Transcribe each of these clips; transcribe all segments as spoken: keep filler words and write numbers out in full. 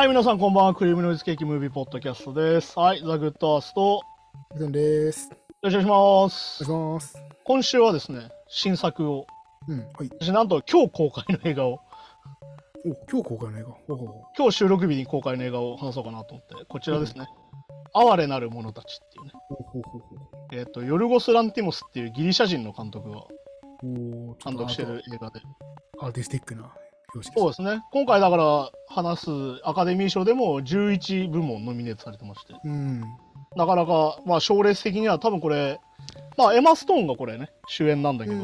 はい、皆さんこんばんは。クリームノイズケーキムービーポッドキャストです。はい、ザ・グッドアースト、よ全然です。 ろしくお願いします。 お願いします。 今週はですね、新作を、 うん、はい。 私なんと今日公開の映画を、 お、今日公開の映画。ほうほうほ今日収録日に公開の映画を話そうかなと思って、こちらですね。哀れなる者たちっていうね。 う。ほうほうほうほう。 えっ、と、ヨルゴス・ランティモスっていうギリシャ人の監督がおー、ちょっと監督してる映画で。 アーティスティックな表紙です。 そうですね。今回だから話すアカデミー賞でもじゅういち部門ノミネートされてまして、 うん。 なかなか、まあ、賞レース的には多分これ、まあ、エマ・ストーンがこれね、主演なんだけど、 うん。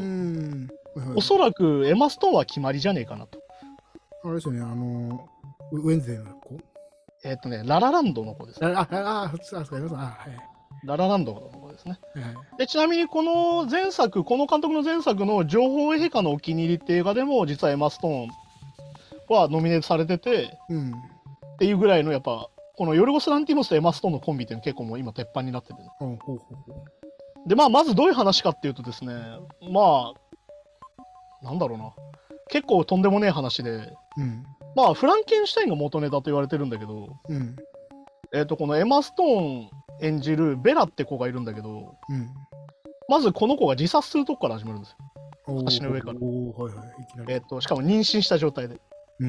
はいはい、 おそらくエマ・ストーンは決まりじゃねえかなと。 あれですよね、あの、ウウェンズデーの子えっ、とね、ララランドの子ですね。 あ、あ、あ、あ、そうですか、あ、はい。 ララランドの子ですね。 はいはい。 で、ちなみにこの前作、この監督の前作の情報陛下のお気に入りって映画でも、実はエマ・ストーンはノミネートされてて、 うん。 っていうぐらいのやっぱ、このヨルゴス・ランティモスとエマ・ストーンのコンビっていうのは結構もう今鉄板になってて、ね、 ほうほうほうほで、まあ、まずどういう話かっていうとですね、まあ、なんだろうな。結構とんでもねえ話で、 う。うん。 まあ、フランケンシュタインが元ネタと言われてるんだけど、 うん。 えっ、と、このエマ・ストーン演じるベラって子がいるんだけど、 うん。 まずこの子が自殺するとこから始まるんですよ。 おー橋の上から。 おー、はいはい。いきなり。 えっ、と、しかも妊娠した状態で。 うん。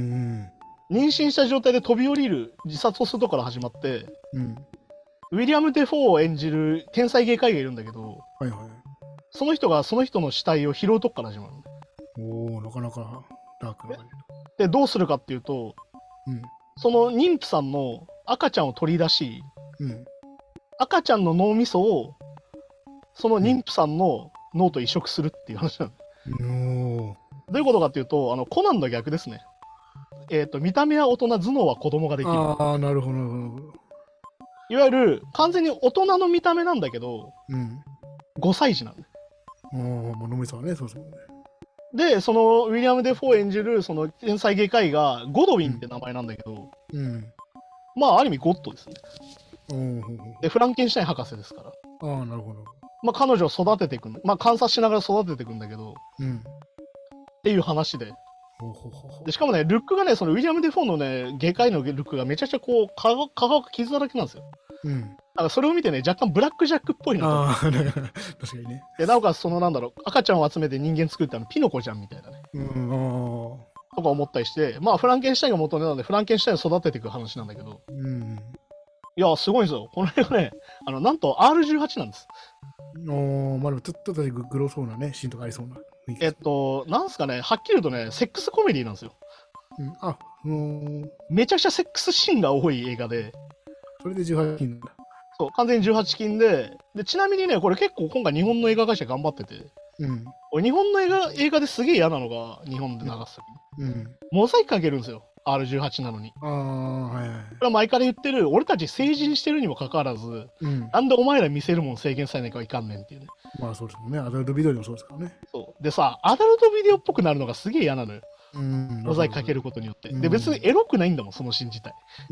妊娠した状態で飛び降りる自殺をするとこから始まって、 うん。 ウィリアム・デ・フォーを演じる天才外科医がいるんだけど、 はいはい。 その人がその人の死体を拾うとこから始まる。 おお、なかなかダークな感じ。 で、どうするかっていうと、 うん。 その妊婦さんの赤ちゃんを取り出し、 うん。 赤ちゃんの脳みそをその妊婦さんの脳と移植するっていう話なんです。 おお。 どういうことかっていうと、あのコナンの逆ですね。えっ、と、見た目は大人、頭脳は子供ができる。 ああ、なるほど、なるほど。 いわゆる完全に大人の見た目なんだけど、 うん。 ごさい児なんだ。 ああ、もう飲みそうね、そうそうね。 で、そのウィリアム・デ・フォー演じるその天才外科医がゴドウィンって名前なんだけど、 うん。 まあ、ある意味ゴッドですね。 おお、ほうほう。 で、フランケンシュタイン博士ですから。 ああ、なるほど。 まあ、彼女を育てていくんだ。まあ、観察しながら育てていくんだけど、 うん。 っていう話で。 ほうほうほうほでしかもね、ルックがね、そのウィリアム・デ・フォーのね、外科医のルックがめちゃくちゃこう、顔が傷だらけなんですよ。 う。うん。 だからそれを見てね、若干ブラックジャックっぽいなと。 ああ、確かにね。 で、なおかつそのなんだろう、赤ちゃんを集めて人間作ったのピノコじゃんみたいなね。 うん、ああ。 とか思ったりして、まあフランケンシュタインが元ネタなんで、フランケンシュタインを育てていく話なんだけど、 うん。 いや、すごいんですよ。この映画ね、あの、なんと アールじゅうはち なんです。 おお、まあでもちょっとググロそうなね、シーンとかありそうな雰囲気えっですね。 と、なんすかね、はっきり言うとね、セックスコメディなんですよ。 うん。あ、うーん。 めちゃくちゃセックスシーンが多い映画で、 それでじゅうはちきんなんだ。 そう、完全にじゅうはち禁で、で、ちなみにね、これ結構今回日本の映画会社頑張ってて、 うん。 俺日本の映画映画ですげえ嫌なのが、日本で流すときに。 うん。 モザイクかけるんですよ。アールじゅうはち なのに。 ああ、はいはい。 これは前から言ってる、俺たち成人してるにもかかわらず、 うん。 なんでお前ら見せるもん制限されないかいかんねんっていうね。 まあそうですもんね。アダルトビデオでもそうですからね。 そう。でさ、アダルトビデオっぽくなるのがすげえ嫌なのよ。 うん。 モザイクかけることによって。 うんで、別にエロくないんだもん、そのシーン自体。 うん。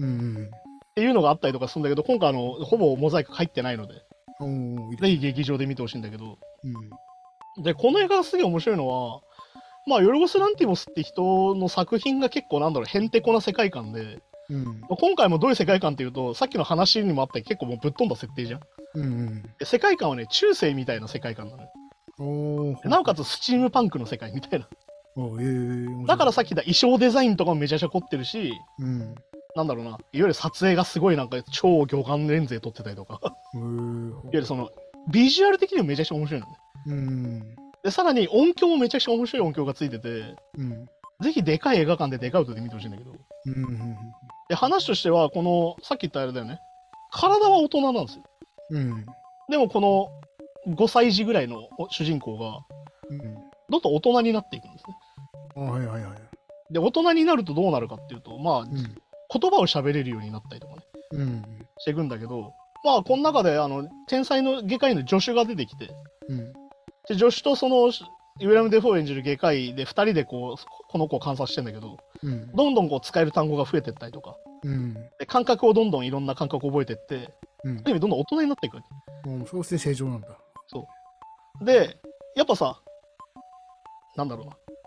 っていうのがあったりとかするんだけど、今回あの、ほぼモザイク入ってないので、 おお、いいですぜひ劇場で見てほしいんだけど、 うん。 で、この映画がすげえ面白いのは、まあ、ヨルゴス・ランティモスって人の作品が結構なんだろう、へんてこな世界観で、 うん。 まあ今回もどういう世界観っていうと、さっきの話にもあったけど結構もうぶっ飛んだ設定じゃん。 うん。 で世界観はね、中世みたいな世界観なのよ。 おお。 でなおかつスチームパンクの世界みたいな。 おええー、 だからさっき言った衣装デザインとかもめちゃくちゃ凝ってるし、 うん。 なんだろうな、いわゆる撮影がすごいなんか超魚眼レンズで撮ってたりとか、いわえー、 ゆるその、ビジュアル的にもめちゃくちゃ面白いのね。 うん。 で、さらに音響もめちゃくちゃ面白い音響がついてて、 うん。 ぜひでかい映画館ででかい音で見てほしいんだけど、 うん。 で、話としては、この、さっき言ったあれだよね。体は大人なんですよ。 うん。 でもこのごさい児ぐらいの主人公が、 うん。 どんどん大人になっていくんですね。 あ、はいはいはい。 で、大人になるとどうなるかっていうと、まあ、 うん。 言葉を喋れるようになったりとかね、 うん。 していくんだけど、まあ、この中で、あの、天才の外科医の助手が出てきて、 うん。 で、助手とその、ウィリアム・デ・フォー演じる外科医でふたりでこう、この子を観察してんだけど、 うん。 どんどんこう使える単語が増えてったりとか、 うん。 で感覚をどんどんいろんな感覚を覚えてって、 うん。 ある意味どんどん大人になっていくわけ。 もうそうして正常なんだ。 そう。で、やっぱさ、なんだろうな。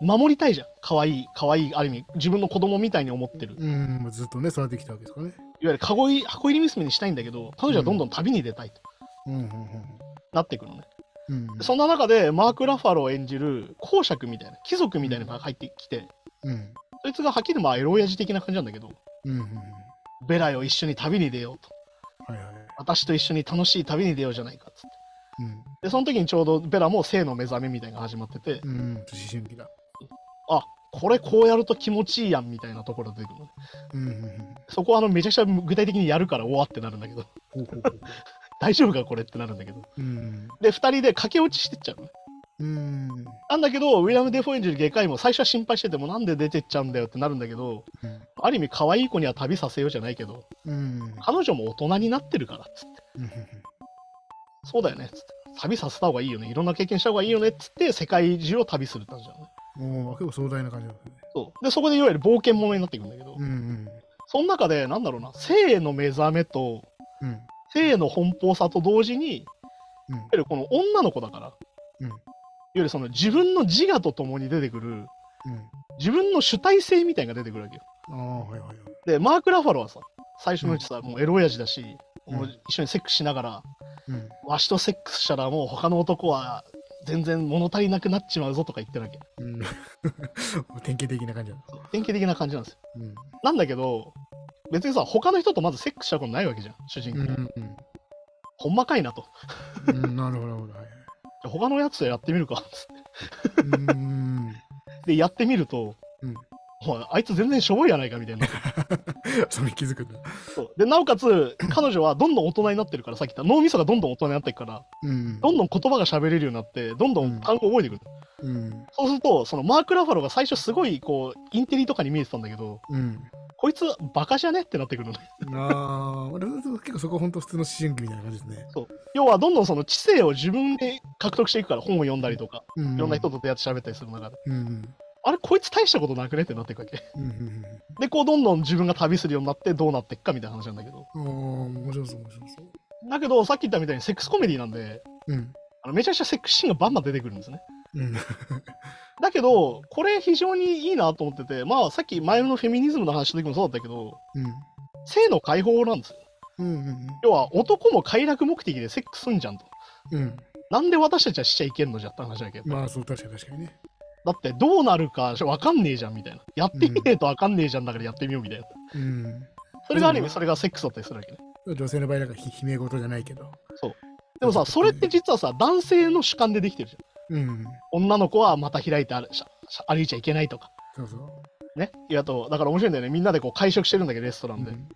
守りたいじゃん。可愛い、可愛い、ある意味、自分の子供みたいに思ってる。 うん、ずっとね、育ってきたわけですからね。 いわゆる箱入り箱入り娘にしたいんだけど、彼女はどんどん旅に出たいとうん、うん、 なっていくのね。 うん。うん、 そんな中で、マーク・ラファロを演じる公爵みたいな、貴族みたいなのが入ってきて、 うん、 そいつがはっきりまあエロ親父的な感じなんだけど、 うん、うん。 ベラよ一緒に旅に出ようと。 はいはい。 私と一緒に楽しい旅に出ようじゃないかっつって。 うん、 で、その時にちょうどベラも性の目覚めみたいなのが始まってて、 うん、思春期だ。 あ、これこうやると気持ちいいやんみたいなところで出てくるのね。 うん、うん、うん。 そこはあのめちゃくちゃ具体的にやるからおわってなるんだけど、 ほうほうほう。 大丈夫かこれってなるんだけど。 うん、 で、二人で駆け落ちしてっちゃうのね。 うん、 なんだけど、ウィリアム・デフォー演じる外科医も最初は心配しててもなんで出てっちゃうんだよってなるんだけど、ある意味可愛い子には旅させようじゃないけど、 うん、 彼女も大人になってるからっつって。 うん、 そうだよねっつって。旅させた方がいいよね。いろんな経験した方がいいよねっつって世界中を旅するって感じなのね。 もう結構壮大な感じだね。 そう。で、そこでいわゆる冒険者になっていくんだけど、 うん、 その中で、なんだろうな、性の目覚めと、 うん、 性の奔放さと同時に、いわうん、 ゆるこの女の子だから、 うん、 いわゆるその自分の自我とともに出てくる、 うん。 自分の主体性みたいなのが出てくるわけよ。 ああ、はいはいはい。 で、マーク・ラファロはさ、最初のうちさ、もうエロ親父だし、 うんもう一緒にセックスしながら、 うん、 わしとセックスしたらもう他の男は全然物足りなくなっちまうぞとか言ってるわけ。 うん。典型的な感じだ。 典型的な感じなんですよ。 うん、 なんだけど、別にさ、他の人とまずセックスしたことないわけじゃん、主人公。 うん、うん。 ほんまかいなと。 うん、なるほど、なるほど。はいはい。 じゃあ他のやつとやってみるか、つって。 うん。 で、やってみると、 うん。 おいあいつ全然しょぼいやないかみたいな。 それに気づくんだ。 そうで、なおかつ、彼女はどんどん大人になってるから、さっき言った脳みそがどんどん大人になっていくから、 うん。 どんどん言葉が喋れるようになって、どんどん単語を覚えてくる。 うん。 そうすると、そのマーク・ラファロが最初すごい、こう、インテリとかに見えてたんだけど、 うん。 こいつバカじゃねってなってくるのね。 ああ、俺結構そこは本当普通の思春期みたいな感じですね。 そう。要は、どんどんその知性を自分で獲得していくから、本を読んだりとか、 うん。 いろんな人と出会って喋ったりする中で。 うん。 あれ、こいつ大したことなくねってなっていくわけ。 うん。 で、こう、どんどん自分が旅するようになってどうなっていくかみたいな話なんだけど。 うん。おー、面白そう、面白そう。 だけど、さっき言ったみたいにセックスコメディなんで、 うん。 あのめちゃくちゃセックスシーンがバンバン出てくるんですね。 うん。 だけど、これ非常にいいなと思ってて、まあさっき前のフェミニズムの話の時もそうだったけど、 うん。 性の解放なんですよ。 うん。 要は男も快楽目的でセックスすんじゃんと。 うん。 なんで私たちはしちゃいけんのじゃって話だけど。 まあ、そう、確かに確かにね。 だってどうなるかわかんねえじゃんみたいな。やってみねえとわかんねえじゃんだからやってみようみたいな。 うん。 それがある意味それがセックスだったりするわけね。 女性の場合なんか悲鳴事じゃないけど。 そう。でもさ、それって実はさ、男性の主観でできてるじゃん。 うん。 女の子はまた開いて歩歩いちゃいけないとか。 そうそう。 ね。いやと、だから面白いんだよね。みんなでこう会食してるんだけど、レストランで。 うん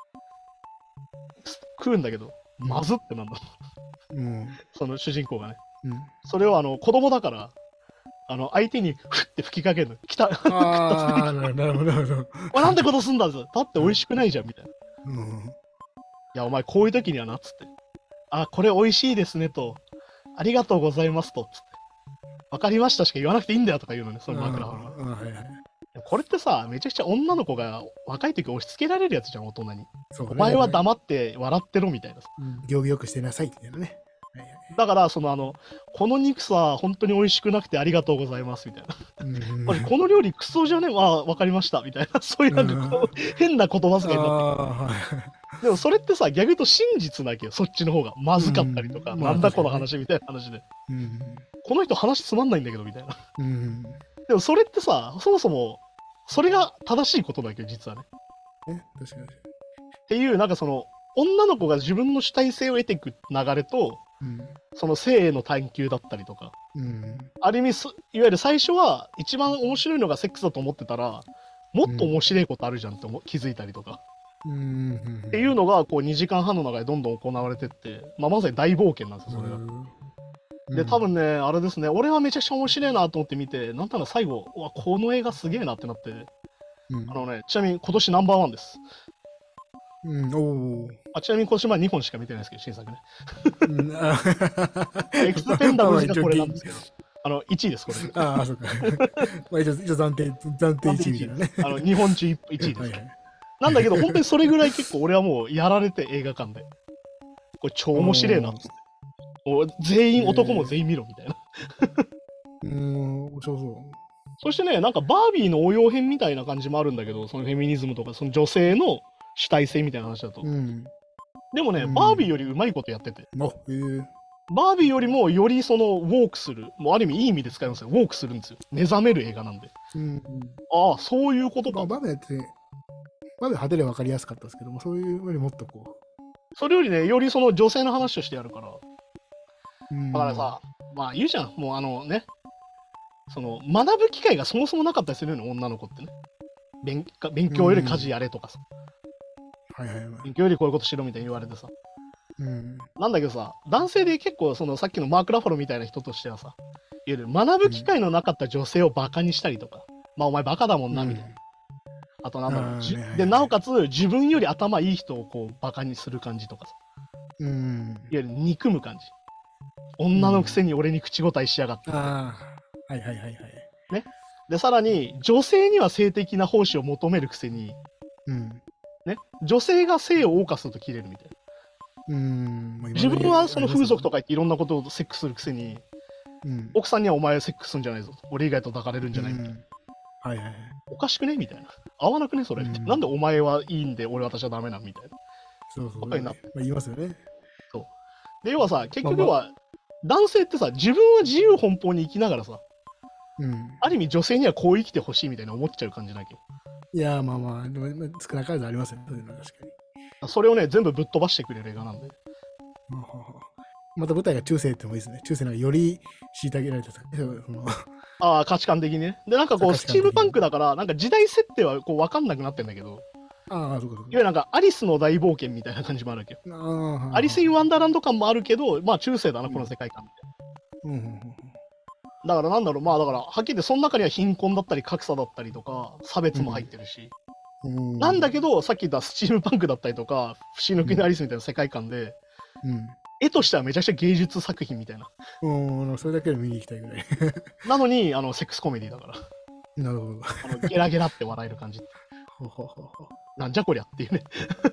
食うんだけど、まずってなんだ。 うん。 その主人公がね。 うん。 それをあの子供だから、あの相手にふって吹きかけるの。来た。 ああ、なるほど、なるほど。 お前なんてことすんだぞ。だって美味しくないじゃん、みたいな。いうん。 や、お前こういう時にはな、っつって。あ、これ美味しいですね、と。ありがとうございますと、つって。わかりましたしか言わなくていいんだよとか言うのね、その枕は。 ああ、はいはい。 これってさ、めちゃくちゃ女の子が若い時押し付けられるやつじゃん、大人に。 そうねお前は黙って笑ってろみたいなさ。 うん行儀よくしてなさいみたいなね。はいはいだから、そのあの、この肉さ、本当に美味しくなくてありがとうございますみたいな。 うんこれこの料理クソじゃねああ、わかりましたみたいな。そういうなんかこう、変な言葉遣いになってああ、はい。 くる。でもそれってさ、逆に言うと真実なわけよ、そっちの方が。まずかったりとか、 うんなんだこのまあ確話みたいな話で。 うん。 この人話つまんないんだけどみたいな。 うん。 でもそれってさ、そもそも、それが正しいことだけど、実はね。 ね、確かに。 っていう、なんかその、女の子が自分の主体性を得ていく流れと、 うん。 その性への探求だったりとか、 うん。 ある意味す、いわゆる最初は一番面白いのがセックスだと思ってたら、もっと面白いことあるじゃんって思気づいたりとか、 うん。 っていうのがこうにじかんはんの中でどんどん行われてって、まあ、まさに大冒険なんですよ、それが。で、多分ね、あれですね、俺はめちゃくちゃ面白いなと思って見て、なんたら最後、うわ、この映画すげえなってなって、 うん、 あのね、ちなみに今年ナンバーワンです。 うん、おーあちなみに今年まあにほんしか見てないですけど、新作ね。 うんあエクスペンダブルズがこれなんですけど、あの、いちいです、これ。 ああ、そうか。まあ一応、一応暫定、暫定いちいみたいなね。 あの、日本中いちいです。 はいはいなんだけど、本当にそれぐらい結構俺はもうやられて映画館で。これ超面白いなっつって。もう全員、男も全員見ろみたいな。 うん、面白そそしてね、なんかバービーの応用編みたいな感じもあるんだけど、そのフェミニズムとか、その女性の主体性みたいな話だと。 うん。 でもね、 うんバービーよりうまいことやってて、 あ、へえ。 バービーよりもよりそのウォークする、もうある意味いい意味で使いますよ。ウォークするんですよ。目覚める映画なんで。 うん。 ああ、そういうことまあ、 か。 バービーって、バービー派手で分かりやすかったですけども、そういうよりもっとこそれよりね、よりその女性の話をしてやるから。 う。うん、 だからさ、まあ言うじゃん。もうあのね、その学ぶ機会がそもそもなかったりするの、女の子ってね。勉勉強より家事やれとかさ、 はいはいはい。 勉強よりこういうことしろみたいに言われてさ。 うん。 なんだけどさ、男性で結構そのさっきのマーク・ラファロみたいな人としてはさ、いわゆる学ぶ機会のなかった女性をバカにしたりとか、まあお前バカだもんなみたいな。あとなんだろう、じあーねはいはいで、なおかつ自分より頭いい人をこうバカにする感じとかさ、 うん。 いわゆる憎む感じ。女のくせに俺に口答えしやがって。 ああ、はいはいはいはい。 で、さらに女性には性的な奉仕を求めるくせに、 うん。 ね、女性が性を謳歌すると切れるみたいな。 うん。まあ自分はその風俗とか。 か言っていろんなことをセックスするくせに、 うん。 奥さんにはお前セックスするんじゃないぞ。俺以外と抱かれるんじゃないみたいな。 うんはいはいはい。 おかしくねみたいな。合わなくねそれみたいな。 うんなんでお前はいいんで俺私はダメなんみたいな。 そうそう。 ことになまあ、言いますよね。 で、要はさ、結局まあまは、男性ってさ、自分は自由奔放に生きながらさ、 うん。 ある意味女性にはこう生きてほしいみたいな思っちゃう感じなきゃ。 いや、まあまあ、でもまあ少なからずありますよね。そういうのは確かに。 それをね、全部ぶっ飛ばしてくれる映画なんで。 はははまた舞台が中世ってのもいいですね。中世なんかより虐げられてた。そのああ、価値観的にね。で、なんかこう、ス価値観的にチームパンクだから、なんか時代設定はこう分かんなくなってんだけど、 ああ、そうかそうか。 いわゆるなんかアリスの大冒険みたいな感じもあるわけよ。 ああアリス・イン・ワンダーランド感もあるけど、まあ中世だな、この世界観みたいうんうんうんな。だからなんだろう、まあだから、はっきり言ってその中には貧困だったり格差だったりとか、差別も入ってるし、 うんなんだけど、さっき言ったスチームパンクだったりとか、不思議の国のアリスみたいな世界観で、絵としてはめちゃくちゃ芸術作品みたいな。 うん。うん、それだけで見に行きたいぐらい。 なのに、あの、セックスコメディだから。 なるほど。 あのゲラゲラって笑える感じ。 ほうほうほうほうなんじゃこりゃっていうね。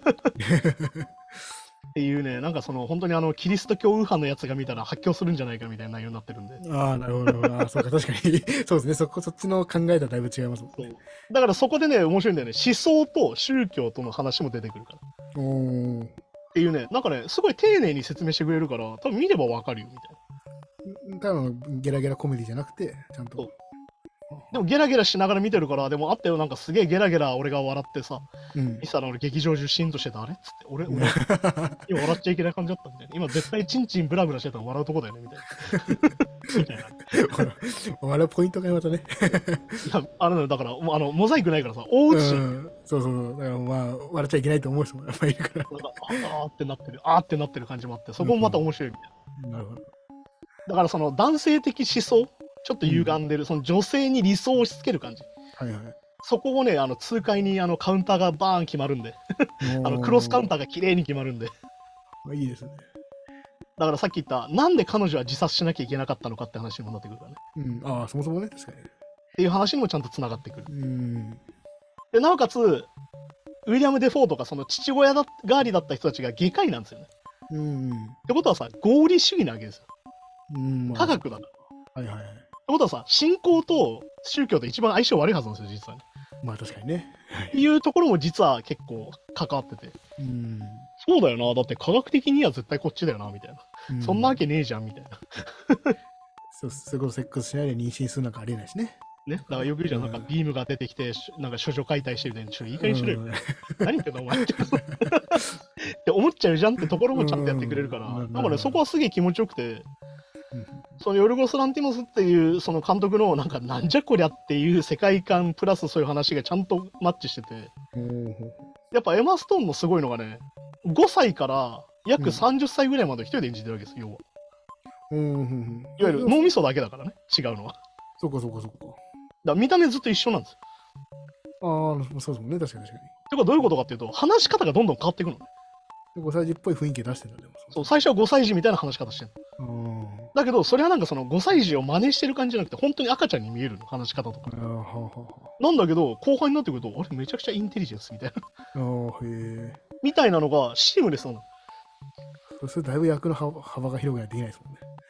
っていうね、なんかその、本当にあの、キリスト教右派のやつが見たら発狂するんじゃないかみたいな内容になってるんで。 ああ、なるほどなるほど。ああ、そうか、確かに。そうですね。そこ、そっちの考えとはだいぶ違いますもんね。 だからそこでね、面白いんだよね。思想と宗教との話も出てくるから。っおーていうね、なんかね、すごい丁寧に説明してくれるから、多分見ればわかるよみたいな。 ただのゲラゲラコメディじゃなくて、ちゃんと。 そうでもゲラゲラしながら見てるから、でもあったよ、なんかすげえゲラゲラ俺が笑ってさ、 うんミ。サの俺劇場中シーンとして誰っつって、俺、俺、今笑っちゃいけない感じだったみたいな。今絶対チンチンブラブラしてたら笑うとこだよねみたいな。みたいな。いほら、笑うポイントがまたね。 や、あの、だから、もうあの、モザイクないからさ、大う写しで、 ん。そうそう。だからまあ、笑っちゃいけないと思う人もやっぱりいるから。 なんか、ああーってなってる、あーってなってる感じもあって、そこもまた面白いみたいな。 なるほど。 だからその男性的思想、ちょっと歪んでる、その女性に理想を押し付ける感じ。 はいはい。 そこをね、あの痛快にあのカウンターがバーン決まるんで、あのクロスカウンターが綺麗に決まるんで、 ー。いいですね。 だからさっき言った、なんで彼女は自殺しなきゃいけなかったのかって話にもなってくるからね。 うん。ああ、そもそもね、確かに。 っていう話にもちゃんとつながってくる。 うん。 で、なおかつ、ウィリアム・デ・フォーとか、その父親だ代わりだった人たちが外科医なんですよね。 うん。 ってことはさ、合理主義なわけですよ。 うん。まあ科学だから。っはいはいはい。 てことはさ、信仰と宗教って一番相性悪いはずなんですよ、実はね。 まあ確かにね。 っていうところも実は結構関わってて。 うん。 そうだよな、だって科学的には絶対こっちだよな、みたいな。 うそんなわけねえじゃん、みたいな。 そう、それこそセックスしないで妊娠するなんかありえないしね。 ね、だからよく言うじゃん、なんかビームが出てきて、しなんか処女解体してるみたいな、ちょっといい加減にしろよ。 うん何言ってんだ、お前って。って思っちゃうじゃんってところもちゃんとやってくれるから、 うんだからね、そこはすげえ気持ちよくて、 うんそのヨルゴス・ランティモスっていうその監督のなんかなんじゃこりゃっていう世界観プラスそういう話がちゃんとマッチしてて、やっぱエマ・ストーンのすごいのがね、ごさいから約さんじゅっさいぐらいまで一人で演じてるわけですよ、要は。 うんうんうん。 いわゆる脳みそだけだからね、違うのは。だかそうかそうかそうら見た目ずっと一緒なんですよ。 か。ああ、そうですもんね、確かに確かに。 てかどういうことかっていうと、話し方がどんどん変わっていくのね。 ごさい児っぽい雰囲気出してるんだ、でも。 そう、最初はごさい児みたいな話し方してるの。 うん。 だけど、それはなんかそのごさい児を真似してる感じじゃなくて、本当に赤ちゃんに見えるの、話し方とか。 ああ、はあはなんだけど、後半になってくると、あれ、めちゃくちゃインテリジェンスみたいな。 あはあ。ああ、へえ。 みたいなのがシームレスなの。 それだいぶ役の幅幅が広くないとできないですもんね。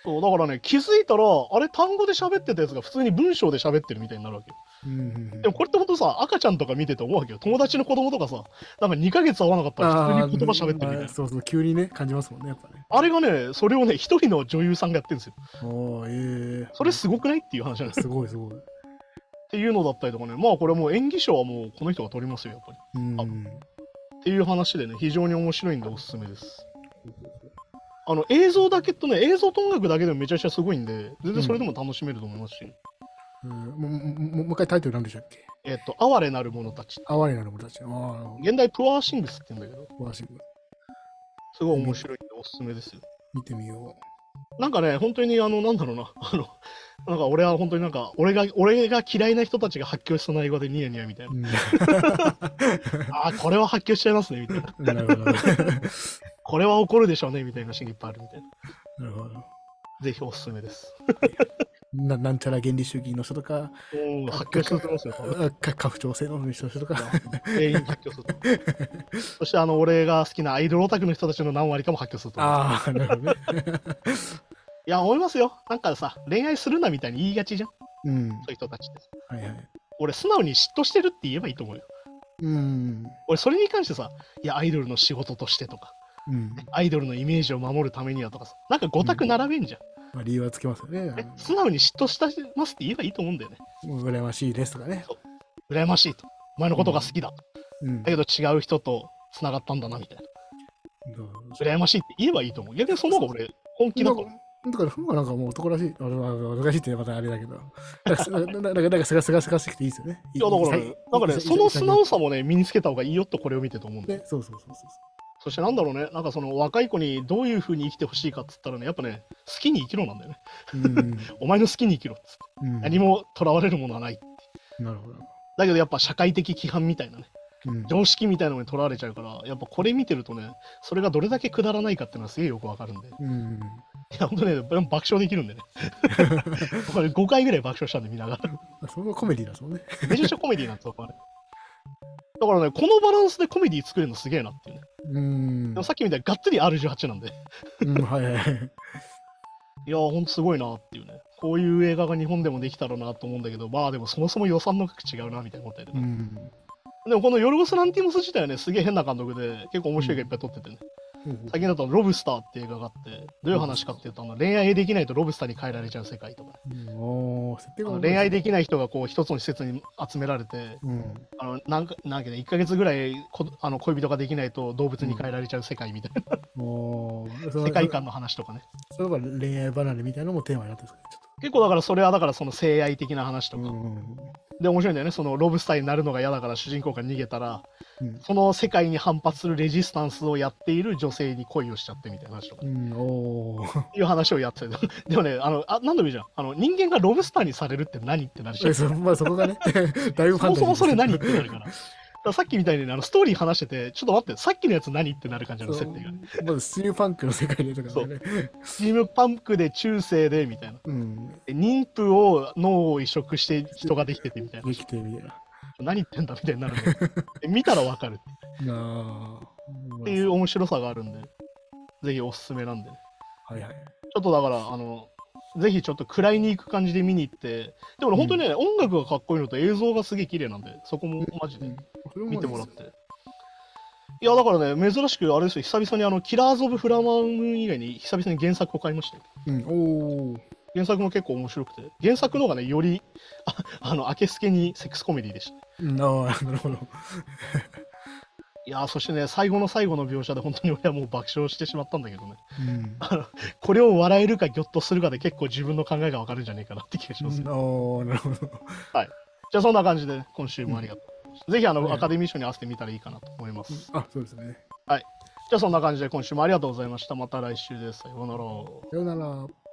そう、だからね、気づいたら、あれ単語で喋ってたやつが普通に文章で喋ってるみたいになるわけよ。 うんうんうんでもこれってほんとさ、赤ちゃんとか見てて思うわけよ。友達の子供とかさ、なんかにかげつ会わなかったら普通に言葉喋ってるみたいな。 あーそうそう、急にね、感じますもんね、やっぱね。 あれがね、それをね、一人の女優さんがやってるんですよ。 おー、ええそれすごくないっていう話なんですすごいすごい。 っていうのだったりとかね、まあこれもう演技賞はもうこの人が取りますよ、やっぱり。 うん。 っていう話でね、非常に面白いんでおすすめです。あの映像だけとね、映像と音楽だけでもめちゃくちゃすごいんで、全然それでも楽しめると思いますし、 うんもうもうもうもう一回タイトル何でしたっけ？ えっと、哀れなる者たち。 哀れなる者たち。ああ、 現代プアーシングスって言うんだけど、 詳しくすごい面白いんでおすすめですよ。 見てみよなんかね、本当にあの、なんだろうな、あの、なんか俺は本当になんか、俺が、俺が嫌いな人たちが発狂した内容でニヤニヤみたいな。 う。うんああ、これは発狂しちゃいますね、みたいな。 なるほど。なこれは怒るでしょうね、みたいなシーンがいっぱいあるみたいな。 るほど。 ぜひおすすめです。 ななんちゃら原理主義の人とか、 うん、発狂すると思いますよ、多分。 あか家父長制の人とか。 全員発狂すると思う。そして、あの、俺が好きなアイドルオタクの人たちの何割かも発狂すると思う。 ああ、なるほどね。 いや、思いますよ。なんかさ、恋愛するなみたいに言いがちじゃん。そううん。 いう人たちって。 はいはい。 俺、素直に嫉妬してるって言えばいいと思うよ。 うん。 俺、それに関してさ、いや、アイドルの仕事としてとか、 うん。 アイドルのイメージを守るためにはとかさ、なんかご択並べんじゃん。 まあ、理由はつけますよね。 え素直に嫉妬してますって言えばいいと思うんだよね。 もう羨ましいですとかね。 羨ましいと。お前のことが好きだと。 うん。 だけど違う人と繋がったんだなみたいな。 どう羨ましいって言えばいいと思う。逆にその方が俺、本気だと思う。 だから、その方がなんかもう男らしい。あのあの男らしいってまたあれだけど。なんかす、なんか、なんか、なんかすがすがすがしくていいですよね。 いや、だからね、なんかね、その素直さもね、身につけた方がいいよってこれを見てと思うんだよ。 ね、そうそうそうそそしてなんだろうね、なんかその若い子にどういう風に生きてほしいかっつったらね、やっぱね、好きに生きろなんだよね。 う。うん。 お前の好きに生きろっつって。 うん何も囚われるものはない。 なるほど。 だけどやっぱ社会的規範みたいなね、 うん。 常識みたいなのにとらわれちゃうから、やっぱこれ見てるとね、それがどれだけくだらないかっていうのはすげえよくわかるんで。いうん。 や、ほんとね、爆笑できるんでね。これごかいぐらい爆笑したんで見ながら。 それがコメディですもんね。 めちゃくちゃコメディなんですよ、これ。だからね、このバランスでコメディ作れるのすげえなっていうね。 うんでも。さっきみたいにがっつり アールじゅうはち なんで。 うん、はいはいはい。 いやー、ほんとすごいなっていうね。こういう映画が日本でもできたらなと思うんだけど、まあでもそもそも予算の額違うなみたいな思ったりとか。 うん。 でもこのヨルゴス・ランティモス自体はね、すげえ変な監督で、結構面白い映画いっぱい撮っててね。最近だとロブスターって映画があって、どういう話かっていうと、あの恋愛できないとロブスターに変えられちゃう世界とか、 うんおー、設定があの恋愛できない人がこう一つの施設に集められて、 うん。 あのなんかなんかね、いっかげつぐらいこあの恋人ができないと動物に変えられちゃう世界みたいな、 おー、その世界観の話とかね。 それは恋愛離れみたいなのもテーマになってるんですかね、ちょっ結構だからそれはだからその性愛的な話とと。 か、 うん。 で面白いんだよね。そのロブスターになるのが嫌だから主人公が逃げたら、 うんその世界に反発するレジスタンスをやっている女性に恋をしちゃってみたいな話とか、 うん、おー。 いう話をやってて、でもね、あのあ何度も言うじゃん、あの人間がロブスターにされるって何ってなるじゃん。 えそまあ、そこがね、だいぶファンタジーそもそもそれ何っですてなるから。だからさっきみたいにね、あのストーリー話してて、ちょっと待って、さっきのやつ何ってなる感じの設定が。 まずスチームパンクの世界でとかね。 スチームパンクで中世でみたいな。 うん。 で妊婦を脳を移植して人ができててみたいな。 できてみたいな。 何言ってんだみたいになるんで。で見たらわかるなあ。 っていう面白さがあるんで、ぜひおすすめなんでね。 はいはい。 ちょっとだから、あの、ぜひちょっと暗いに行く感じで見に行って、でもね、本当にね、音楽がかっこいいのと映像がすげえ綺麗なんで、そこもマジで見てもらって。いや、だからね、珍しくあれですよ、久々にあの、キラーズ・オブ・フラワームーン以外に久々に原作を買いましたよ。 うん、おー。 原作も結構面白くて、原作の方がね、より、ああの、明けすけにセックスコメディでした。 うん、ああ、なるほど。 いやー、そしてね、最後の最後の描写で本当に俺はもう爆笑してしまったんだけどね。 うん。 あのこれを笑えるかギョッとするかで結構自分の考えがわかるんじゃねえかなって気がしますよ。 おー、なるほど。 じゃあそんな感じで、ね、今週もありがとうございました。ぜひあの、 はいアカデミー賞に合わせてみたらいいかなと思います。 あ、そうですね。 じゃあそんな感じで今週もありがとうございました。また来週です。さようなら。 さようなら。